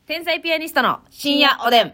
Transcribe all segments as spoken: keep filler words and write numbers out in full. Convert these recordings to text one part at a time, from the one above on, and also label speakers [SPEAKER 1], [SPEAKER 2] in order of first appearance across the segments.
[SPEAKER 1] 天才ピアニストの深夜おでん。ど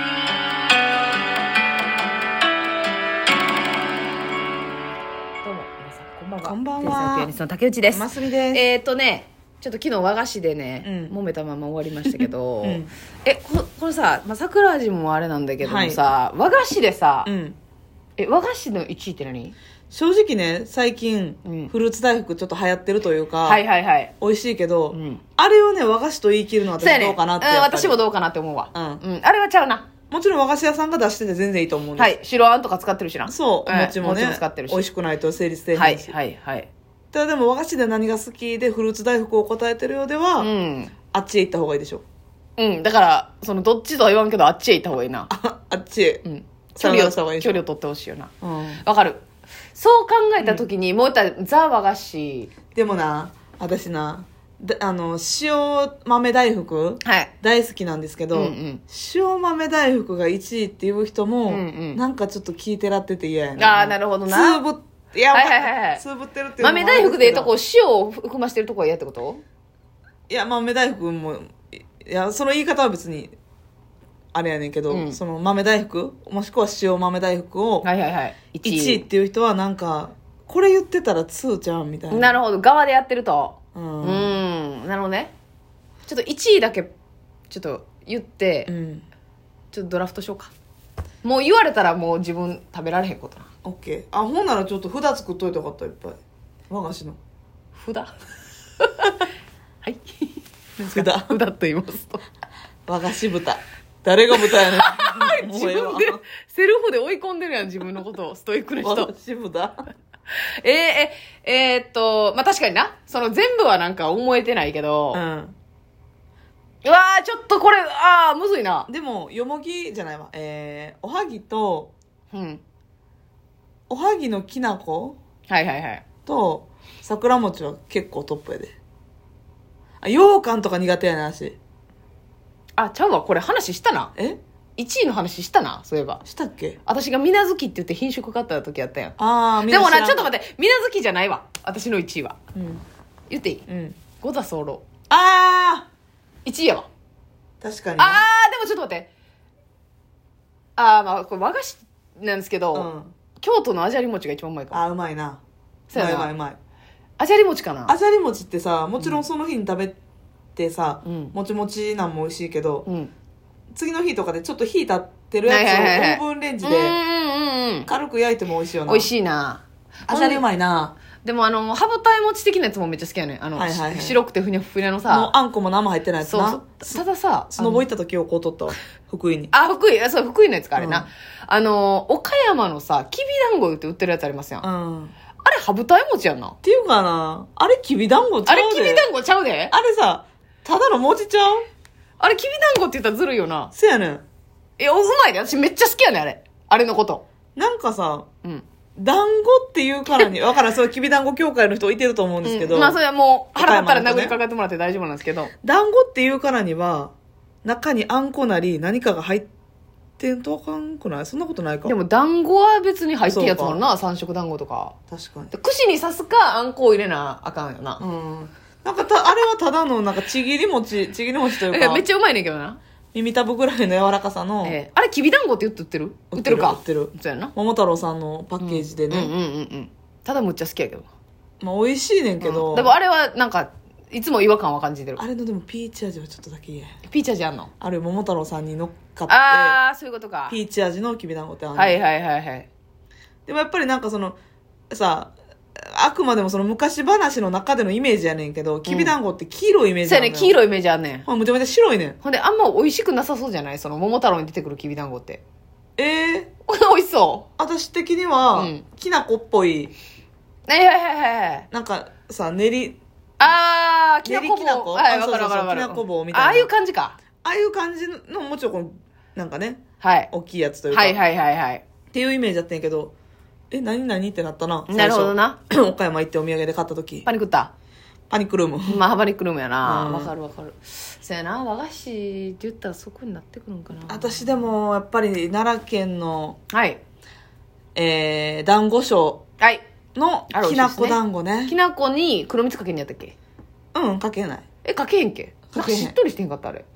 [SPEAKER 1] うも皆さんこんばんは。
[SPEAKER 2] こんばんは。
[SPEAKER 1] 天才ピアニストの竹内です。
[SPEAKER 2] ますみです。
[SPEAKER 1] えーっとねちょっと昨日和菓子でね、
[SPEAKER 2] うん
[SPEAKER 1] 揉めたまま終わりましたけど、
[SPEAKER 2] うん、
[SPEAKER 1] え こ, これさ、まあ、桜味もあれなんだけどもさ、はい、和菓子でさ、
[SPEAKER 2] うん、
[SPEAKER 1] え和菓子のいちいって何？
[SPEAKER 2] 正直ね最近、うん、フルーツ大福ちょっと流行ってるというか、
[SPEAKER 1] はいはいはい、
[SPEAKER 2] 美味しいけど、
[SPEAKER 1] うん、
[SPEAKER 2] あれをね和菓子と言い切るのは私どうかなって、ね、
[SPEAKER 1] うん、私もどうかなって思うわ、
[SPEAKER 2] うん
[SPEAKER 1] うん、あれはちゃうな。
[SPEAKER 2] もちろん和菓子屋さんが出してて全然いいと思うんです。
[SPEAKER 1] はい、白あんとか使ってるしな。
[SPEAKER 2] そう、お餅もね、
[SPEAKER 1] も使ってるし
[SPEAKER 2] 美味しくないと成立せえへんし、
[SPEAKER 1] はいはいはい。
[SPEAKER 2] ただでも和菓子で何が好きでフルーツ大福を答えてるようでは、うん、あっちへ行った方がいいでしょ。
[SPEAKER 1] うんだからそのどっちとは言わんけどあっちへ行った方がいいな。
[SPEAKER 2] あ, あっちへ、うん、
[SPEAKER 1] 距離を距離を取ってほしいよな。わ、うん、かる。そう考えた時に、うん、もう言ったらザ和菓子
[SPEAKER 2] でもな私なあの塩豆大福、はい、大好きなんですけど、うんうん、塩豆大福がいちいっていう人も、うんうん、なんかちょっと聞いてらってて嫌やね。
[SPEAKER 1] ああなるほどな。
[SPEAKER 2] つぶいや、
[SPEAKER 1] はいはいはい、
[SPEAKER 2] つぶってるっていうのも
[SPEAKER 1] 豆大福でいうとこう塩を含ましてるとこは嫌ってこと？
[SPEAKER 2] いや豆大福もいやその言い方は別にあれやねんけど、うん、その豆大福もしくは塩豆大福を
[SPEAKER 1] はいはいはい
[SPEAKER 2] いちいっていう人はなんかこれ言ってたらにちゃんみたいな。
[SPEAKER 1] なるほど側でやってると
[SPEAKER 2] うん、
[SPEAKER 1] うんなるほどね。ちょっといちいだけちょっと言って、うん、ちょっとドラフトしようか。もう言われたらもう自分食べられへんことな。
[SPEAKER 2] オッケー。あほんならちょっと札作っといてよかったいっぱい和菓子の
[SPEAKER 1] 札はい
[SPEAKER 2] 札
[SPEAKER 1] 札と言いますと
[SPEAKER 2] 和菓子豚誰が豚やねん
[SPEAKER 1] 自分でセルフで追い込んでるやん自分のことをストイックな人。
[SPEAKER 2] 和菓子豚
[SPEAKER 1] えー、ええー、っとまあ確かになその全部はなんか思えてないけど、うん、うわーちょっとこれあーむずいな。
[SPEAKER 2] でもよもぎじゃないわえー、おはぎと、
[SPEAKER 1] うん、
[SPEAKER 2] おはぎのきなこ
[SPEAKER 1] はいはいはい
[SPEAKER 2] と桜餅は結構トップやで。あ羊羹とか苦手やなし。
[SPEAKER 1] あちゃうわこれ話したな。
[SPEAKER 2] え
[SPEAKER 1] いちいの話したなそういえば。
[SPEAKER 2] したっけ？
[SPEAKER 1] 私が水無月って言って品種買った時やったやん。
[SPEAKER 2] あ
[SPEAKER 1] でもなちょっと待って水無月じゃないわ私のいちいは、
[SPEAKER 2] うん、
[SPEAKER 1] 言っていい？うん五座候。
[SPEAKER 2] ああ
[SPEAKER 1] いちいやわ
[SPEAKER 2] 確かに。
[SPEAKER 1] あーでもちょっと待ってあーまあこれ和菓子なんですけど、うん、京都のあじゃり餅が一番うまいかも。
[SPEAKER 2] あーうまいな。
[SPEAKER 1] そうやな
[SPEAKER 2] うまいうまいうまい。
[SPEAKER 1] あじゃり餅かな。
[SPEAKER 2] あじゃり餅ってさもちろんその日に食べてさ、うん、もちもちなんも美味しいけど、うん、次の日とかでちょっと火立ってるやつをオーブンレンジで軽く焼いても美味しいよな。
[SPEAKER 1] 美味しいな。
[SPEAKER 2] あじゃりうまいな。
[SPEAKER 1] でもあの羽二重餅的なやつもめっちゃ好きやねん。あの、はいはいはい、白くてふにゃふにゃのさ
[SPEAKER 2] もうあんこも生入ってないやつな。
[SPEAKER 1] そうそうたださ
[SPEAKER 2] スノボ行った時をこう取ったわ福井に。
[SPEAKER 1] あ福井そう福井のやつかあれな、うん、あの岡山のさきびだんごって売ってるやつありますやん、うんあれ羽二重餅やんな。
[SPEAKER 2] っていうかなあれきびだんごちゃうで。
[SPEAKER 1] あれきびだんごちゃうで。
[SPEAKER 2] あれさただの餅ちゃう。
[SPEAKER 1] あれきびだんごって言ったらずるいよな。
[SPEAKER 2] せやねん。
[SPEAKER 1] えうまいで私めっちゃ好きやねんあれあれのこと。
[SPEAKER 2] なんかさ、うん、団子っていうからにわからんそうきびだんご協会の人いてると思うんですけど、
[SPEAKER 1] うん、まあそれはもう腹立ったら殴りかかってもらって大丈夫なんですけど、
[SPEAKER 2] 団子っていうからには中にあんこなり何かが入っててんとあかんくない？そんなことないか。
[SPEAKER 1] でも団子は別に入ってるやつもあるな。三色団子とか
[SPEAKER 2] 確かに
[SPEAKER 1] 串に刺すかあんこを入れなあかんよな。
[SPEAKER 2] うんなんかたあれはただのなんかちぎり餅ちぎり餅というか
[SPEAKER 1] めっちゃうまいねんけどな。
[SPEAKER 2] 耳たぶぐらいの柔らかさの、
[SPEAKER 1] えー、あれきびだんごって言って売ってる売ってるか
[SPEAKER 2] 売ってる
[SPEAKER 1] そうやな
[SPEAKER 2] 桃太郎さんのパッケージでね、
[SPEAKER 1] うん、うんうんうんうんただむっちゃ好きやけど
[SPEAKER 2] まあ美味しいねんけど、
[SPEAKER 1] うん、でもあれはなんかいつも違和感は感じてる。
[SPEAKER 2] あれのでもピーチ味はちょっとだけ嫌。
[SPEAKER 1] ピーチ味あんの？
[SPEAKER 2] あれ桃太郎さんに乗っかって
[SPEAKER 1] ああそういうことか。
[SPEAKER 2] ピーチ味のきびだんごってあんの。
[SPEAKER 1] はいはいはいはい。
[SPEAKER 2] でもやっぱりなんかそのさあくまでもその昔話の中でのイメージやねんけどきびだんごって黄色いイメージ
[SPEAKER 1] あるのよ、うん、そうやね黄色いイメージあんねん。
[SPEAKER 2] ほんむちゃめちゃ白いねん。
[SPEAKER 1] ほんであんま美味しくなさそうじゃないその桃太郎に出てくるきびだんごって
[SPEAKER 2] ええ
[SPEAKER 1] ー、美味しそう。
[SPEAKER 2] 私的には、うん、きな粉っぽい
[SPEAKER 1] はいはいはいはい
[SPEAKER 2] なんかさ練り
[SPEAKER 1] あーきなこ棒はい
[SPEAKER 2] わかるわかるわかるきなこ棒みたいな
[SPEAKER 1] ああいう感じか。
[SPEAKER 2] ああいう感じのもちろんこのなんかね
[SPEAKER 1] はい
[SPEAKER 2] 大きいやつというか
[SPEAKER 1] はいはいはいはい
[SPEAKER 2] っていうイメージだったんやけどえ何何ってなったな。
[SPEAKER 1] なるほどな。
[SPEAKER 2] 岡山行ってお土産で買った時
[SPEAKER 1] パニックった
[SPEAKER 2] パニックルーム
[SPEAKER 1] まあパニックルームやなわ、うん、かるわかる。そうやな和菓子って言ったらそこになってくるんかな。
[SPEAKER 2] 私でもやっぱり奈良県の
[SPEAKER 1] はい
[SPEAKER 2] えー、団子賞
[SPEAKER 1] はい
[SPEAKER 2] のきなこ団子ね。
[SPEAKER 1] きなこに黒蜜かけんやったっけ？
[SPEAKER 2] うんかけない。
[SPEAKER 1] えかけへんけ？なんかしっとりしてへんかったあれ。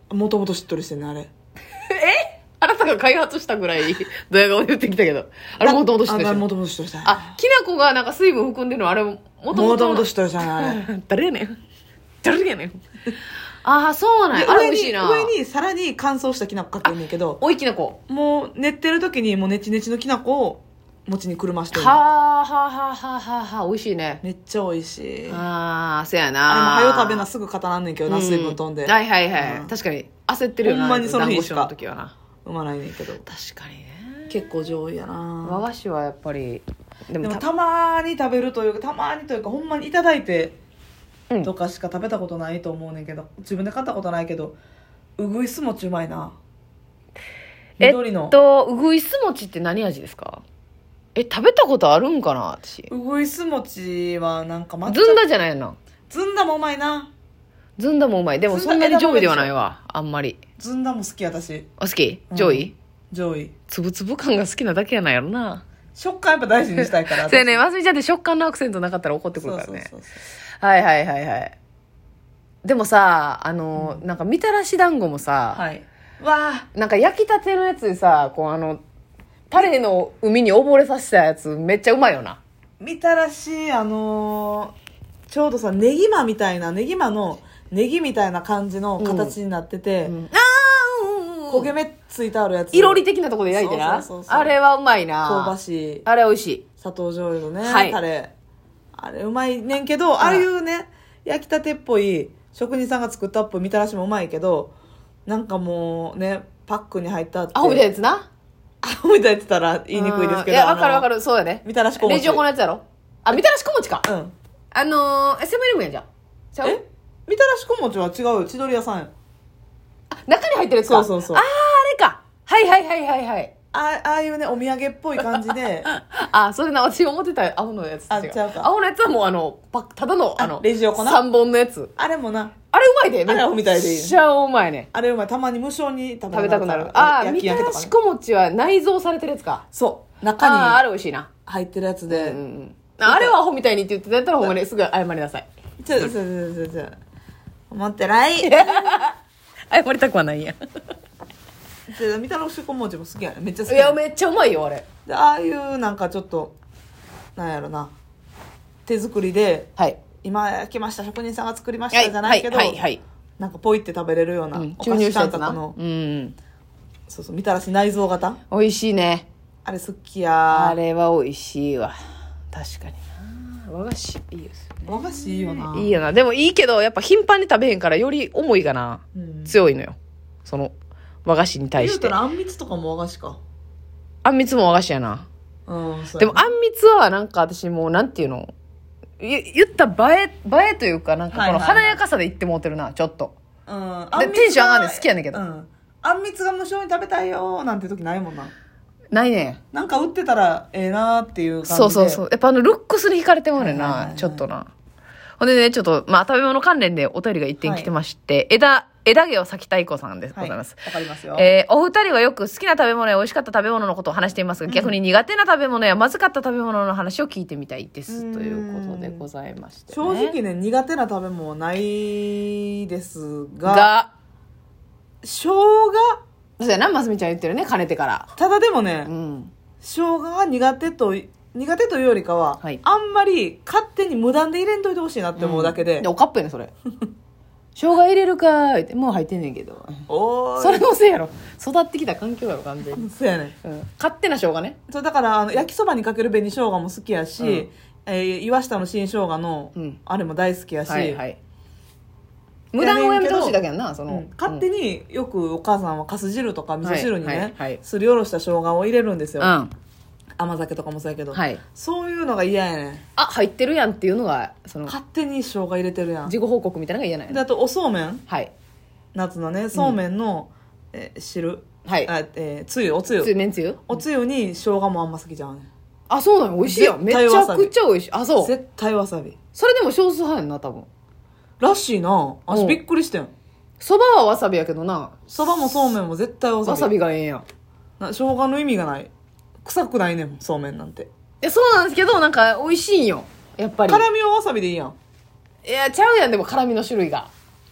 [SPEAKER 2] もともとしっとりしてんねあれ。
[SPEAKER 1] えあなたが開発したぐらいドヤ顔で言ってきたけど、あれもともとしっとりしてる。
[SPEAKER 2] もともとしっとりしてる。
[SPEAKER 1] あ、きな粉がなんか水分含んでるのあれもともと
[SPEAKER 2] もとしっとりしてるあれ。
[SPEAKER 1] 誰やねん誰やねんああそうなんや。あれ美味しいな。
[SPEAKER 2] 上にさらに乾燥したきな粉かけんねんけど、
[SPEAKER 1] おいきな粉
[SPEAKER 2] もう練ってる時にもうネチネチのきな粉を餅にくるましてる。
[SPEAKER 1] はあはあはあはあはあはあ、美味しいね。
[SPEAKER 2] めっちゃ美味しい。
[SPEAKER 1] ああそうやな。
[SPEAKER 2] あれも早う食べなすぐ固なんねんけどな、水分飛んで。
[SPEAKER 1] はいはいはい、
[SPEAKER 2] うん、
[SPEAKER 1] 確かに焦ってるよな。
[SPEAKER 2] ほんまにその日しか
[SPEAKER 1] 団子の時はな
[SPEAKER 2] うまないねんけど。
[SPEAKER 1] 確かにね。
[SPEAKER 2] 結構上位やな。
[SPEAKER 1] 和菓子はやっぱり
[SPEAKER 2] でも た, でもたまに食べるというか、たまにというかほんまにいただいてとかしか食べたことないと思うねんけど、自分で買ったことないけど、うぐいす餅うまいな。緑の
[SPEAKER 1] えっとうぐいす餅って何味ですか？え食べたことあるんかな私。
[SPEAKER 2] うぐいす餅はなんか
[SPEAKER 1] 抹茶ずんだじゃないの。
[SPEAKER 2] ずんだもうまいな。
[SPEAKER 1] ずんだもうまい。でもそんなに上位ではないわ。あんまり
[SPEAKER 2] ずんだも好き私。
[SPEAKER 1] あ好き？上位、うん、
[SPEAKER 2] 上位。
[SPEAKER 1] つぶつぶ感が好きなだけやないやろな。
[SPEAKER 2] 食感やっぱ大事にしたいから
[SPEAKER 1] そうやね。ますみちゃんって食感のアクセントなかったら怒ってくるからね。そうそうそうそう。はいはいはいはい。でもさあの、うん、なんかみたらし団子もさ、
[SPEAKER 2] はい、わ
[SPEAKER 1] なんか焼きたてのやつでさ、こうあのタレの海に溺れさせたやつめっちゃうまいよな。
[SPEAKER 2] みたらしあのー、ちょうどさネギマみたいな、ネギマのネギみたいな感じの形になってて、うんうん、あー、うんうん、焦げ目ついてあるやつ、
[SPEAKER 1] いろり的なところで焼いてな。そうそうそうそう、あれはうまいな。
[SPEAKER 2] 香ばしい。
[SPEAKER 1] あれ美味しい。
[SPEAKER 2] 砂糖醤油のね、
[SPEAKER 1] はい、
[SPEAKER 2] タレあれうまいねんけど、ああいうね焼きたてっぽい職人さんが作ったっぽいみたらしもうまいけど、なんかもうねパックに入ったって、
[SPEAKER 1] アホみたいなやつな。
[SPEAKER 2] アホみたいって言ったら言いにくいですけど、
[SPEAKER 1] いや分かる分かる、そうやね。
[SPEAKER 2] みたらし小餅、
[SPEAKER 1] レジ横のやつやろ。あみたらし小餅か。
[SPEAKER 2] うん、
[SPEAKER 1] あのー、セブンイレブンやんじゃん。ちゃう？
[SPEAKER 2] えみたらし小餅は違うよ、千鳥屋さんや。
[SPEAKER 1] あ中に入ってるやつか。
[SPEAKER 2] そうそうそう。
[SPEAKER 1] あああれか。はいはいはいはいはい。
[SPEAKER 2] ああいうねお土産っぽい感じで
[SPEAKER 1] あそれな、私思ってた青のやつと違う。
[SPEAKER 2] あちゃうか。
[SPEAKER 1] 青のやつはもうあのパただのあの
[SPEAKER 2] レジ横な
[SPEAKER 1] さんぼんのやつ。
[SPEAKER 2] あれもな、
[SPEAKER 1] あれうまいで。
[SPEAKER 2] あれアホみたいでいい。
[SPEAKER 1] めっちゃうまいね。
[SPEAKER 2] あれうまい。たまに無償に食べ
[SPEAKER 1] 食べたくなる。ああみたらし小餅は内蔵されてるやつか。
[SPEAKER 2] そう中に
[SPEAKER 1] ああれ美味しいな、
[SPEAKER 2] 入ってるやつで、
[SPEAKER 1] うんうん、あれはアホみたいにって言ってたやったらほんまにすぐ謝りなさい。
[SPEAKER 2] ちょちょちょちょちょ思ってない
[SPEAKER 1] 謝りたくはないんや
[SPEAKER 2] みたらし小餅も好きやね。めっちゃ好き。
[SPEAKER 1] いやめっちゃうまいよあれ。
[SPEAKER 2] でああいうなんかちょっとなんやろな、手作りで、はい、今焼きました職人さんが作りましたじゃないけど、はいはいはい、なんかポイって食べれるような、うん、お菓子感覚の、うん、そうそうみたらし内臓型
[SPEAKER 1] 美味しいね。
[SPEAKER 2] あれ好きや。
[SPEAKER 1] あれは美味しいわ。確かにな。和菓子いいですよね。
[SPEAKER 2] 和菓子いいよな。
[SPEAKER 1] いいよな。でもいいけどやっぱ頻繁に食べへんからより思いがな、うん、強いのよ。その和菓子に対して。
[SPEAKER 2] 言うたらあんみつとかも和菓子か。
[SPEAKER 1] あんみつも和菓子やな。
[SPEAKER 2] うん、そうやね。
[SPEAKER 1] でもあんみつはなんか私もうなんていうの言った映え映えというかなんかこの華やかさで言ってもうてるなちょっと。うん。でテンション上がるの好きやねんけど。うん。
[SPEAKER 2] あんみつが無償に食べたいよなんて時ないもんな。
[SPEAKER 1] ないね。
[SPEAKER 2] なんか売ってたらええなっていう感じで。
[SPEAKER 1] そうそうそう。やっぱあのルックスに惹かれてもねんな、はいはいはいはい、ちょっとな。ほんでねちょっとまあ食べ物関連でお便りが一点来てまして、はい、枝枝毛を咲きたい子さんでございます。
[SPEAKER 2] わ、はい、かりますよ。
[SPEAKER 1] えー、お二人はよく好きな食べ物や美味しかった食べ物のことを話していますが、うん、逆に苦手な食べ物やまずかった食べ物の話を聞いてみたいですということでございまして、ね、
[SPEAKER 2] 正直ね苦手な食べ物ないですが、
[SPEAKER 1] が
[SPEAKER 2] 生姜
[SPEAKER 1] そうやな、ますみちゃん言ってるね、かねてから。
[SPEAKER 2] ただでもね、うん、生姜が苦手と苦手というよりかは、はい、あんまり勝手に無断で入れんといてほしいなって思うだけで、
[SPEAKER 1] うん、でおかっぽやねそれ生姜入れるかーってもう入ってんねんけど、
[SPEAKER 2] おーい
[SPEAKER 1] それのせいやろ、育ってきた環境やろ完全に。
[SPEAKER 2] そうやね、
[SPEAKER 1] うん、勝手な生姜ね。
[SPEAKER 2] そうだからあの焼きそばにかける紅生姜も好きやし、うん、えー、岩下の新生姜の、うん、あれも大好きやし、はいはい、
[SPEAKER 1] 無駄をやめてほしいだけやんな。その、うん、
[SPEAKER 2] 勝手によくお母さんはかす汁とか味噌汁にね、はいはいはい、すりおろした生姜を入れるんですよ、うん、甘酒とかもそうやけど、はい、そういうのが嫌やねん。
[SPEAKER 1] あ入ってるやんっていうのがその
[SPEAKER 2] 勝手に生姜入れてるやん、
[SPEAKER 1] 自己報告みたいなのが嫌なんや。
[SPEAKER 2] であとおそうめん、
[SPEAKER 1] はい、
[SPEAKER 2] 夏のねそうめんの、うん、えー、汁、はい、あえー、つゆおつゆ
[SPEAKER 1] つゆめんつゆ
[SPEAKER 2] おつゆに生姜もあんま好きじゃんねん。
[SPEAKER 1] あそうなの。美味しいやん、めちゃくちゃ美味しい。あそう
[SPEAKER 2] 絶対わさび。
[SPEAKER 1] それでも少数派やんな多分。
[SPEAKER 2] らしいな。私びっくりしてん。
[SPEAKER 1] そばはわさびやけどな。
[SPEAKER 2] そばもそうめんも絶対わさび。
[SPEAKER 1] わさびがええやん。
[SPEAKER 2] な生姜の意味がない。臭くないねんそうめんなんて。い
[SPEAKER 1] やそうなんですけどなんか美味しいんよやっぱり。
[SPEAKER 2] 辛みはわさびでいいやん。
[SPEAKER 1] いやちゃうやん。でも辛みの種類が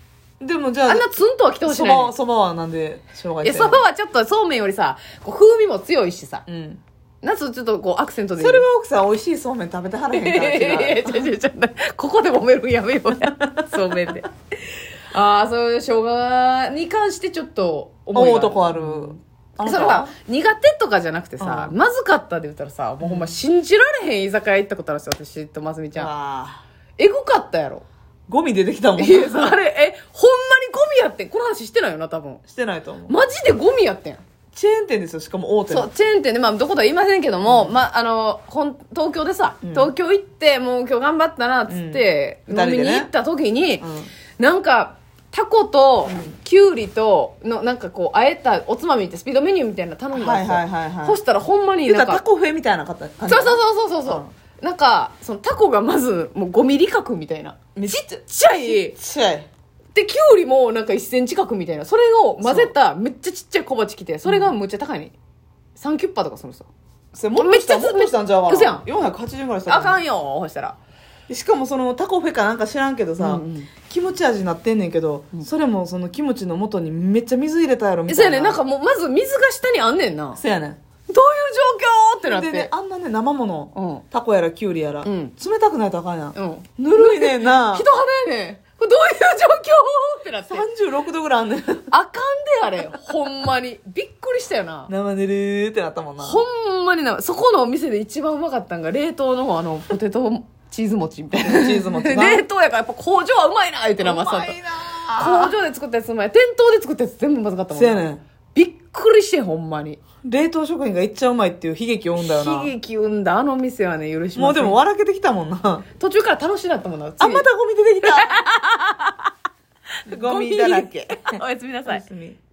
[SPEAKER 2] でもじゃあ
[SPEAKER 1] あんなツンとは来てほしいない。
[SPEAKER 2] そばはなんで生姜
[SPEAKER 1] いや、そばはちょっとそうめんよりさ、こう風味も強いしさ。
[SPEAKER 2] うん。
[SPEAKER 1] 夏ちょっとこうアクセントで。
[SPEAKER 2] それは奥さん美味しいそうめん食べてはらへんから違う。いやいやいやちょちょちょ
[SPEAKER 1] ここで揉めるんやめようや。そうめんで。ああ、そういう生姜に関してちょっと
[SPEAKER 2] 思うとこある。
[SPEAKER 1] それさ、苦手とかじゃなくてさ、うん、まずかったで言ったらさ、もうほんま信じられへん居酒屋行ったことあるんですよ、私とますみちゃん。エグかったやろ。
[SPEAKER 2] ゴミ出てきたもん。
[SPEAKER 1] いや、あれ、え、ほんまにゴミやってん。この話してないよな、多分。
[SPEAKER 2] してないと思う。
[SPEAKER 1] マジでゴミやってん。
[SPEAKER 2] チェーン店ですよ、しかも大手の。
[SPEAKER 1] そう、チェーン店で、まあ、どことは言いませんけども、うん、まあ、あの、ほん、東京でさ、うん、東京行って、もう今日頑張ったな、つって、うん、飲みに行った時に、ね、うん、なんか、タコと、キュウリと、の、なんかこう、あえたおつまみってスピードメニューみたいな頼んだんですよ。はいはいはいはい。そしたらほんまになんか。
[SPEAKER 2] タコフェみたいな感じ。
[SPEAKER 1] そうそうそうそうそう。うん、なんか、そのタコがまず、もうごミリ角みたいな。ちっちゃい。
[SPEAKER 2] ちっちゃい。
[SPEAKER 1] で、キュウリもなんかいっセンチ角みたいな。それを混ぜためっちゃちっちゃい小鉢来て、それがむっちゃ高いね。さんキュッパとかするんですよ。
[SPEAKER 2] それもめっちゃずっとしたんちゃうかな。よんひゃくはちじゅうえんぐらいした。
[SPEAKER 1] あかんよ、そしたら。
[SPEAKER 2] しかもそのタコフェかなんか知らんけどさ、うんうん、キムチ味になってんねんけど、うん、それもそのキムチの元にめっちゃ水入れたやろみたいな。
[SPEAKER 1] そうやねん、なんかもうまず水が下にあんねんな。
[SPEAKER 2] そうやねん。
[SPEAKER 1] どういう状況ってなって。
[SPEAKER 2] でね、あんなね、生もの、うん、タコやらキュウリやら、うん、冷たくないとあかんやん。うん、ぬるいねんな。
[SPEAKER 1] 人肌やねん。これどういう状況ってなって。
[SPEAKER 2] さんじゅうろくどぐらいあんねん。
[SPEAKER 1] あかんであれ。ほんまに。びっくりしたよな。
[SPEAKER 2] 生ぬるーってなったもんな。
[SPEAKER 1] ほんまにな。そこのお店で一番うまかったんが、冷凍のあの、ポテト、チーズ餅みたいな。
[SPEAKER 2] チーズ餅な。
[SPEAKER 1] 冷凍やからやっぱ工場はうまいな言ってな、まさんと。うまいな工場で作ったやつうまい。店頭で作ったやつ全部まずかったもん。
[SPEAKER 2] そうやねん。
[SPEAKER 1] びっくりしてほんまに。
[SPEAKER 2] 冷凍食品がいっちゃうまいっていう悲劇を生んだよな。
[SPEAKER 1] 悲劇生んだあの店はね、許しません。
[SPEAKER 2] もうでも笑けてきたもんな。
[SPEAKER 1] 途中から楽しいなったもんな。
[SPEAKER 2] あ、またゴミ出てきた。ゴミだらけ。
[SPEAKER 1] おやすみなさい。
[SPEAKER 2] おやすみ。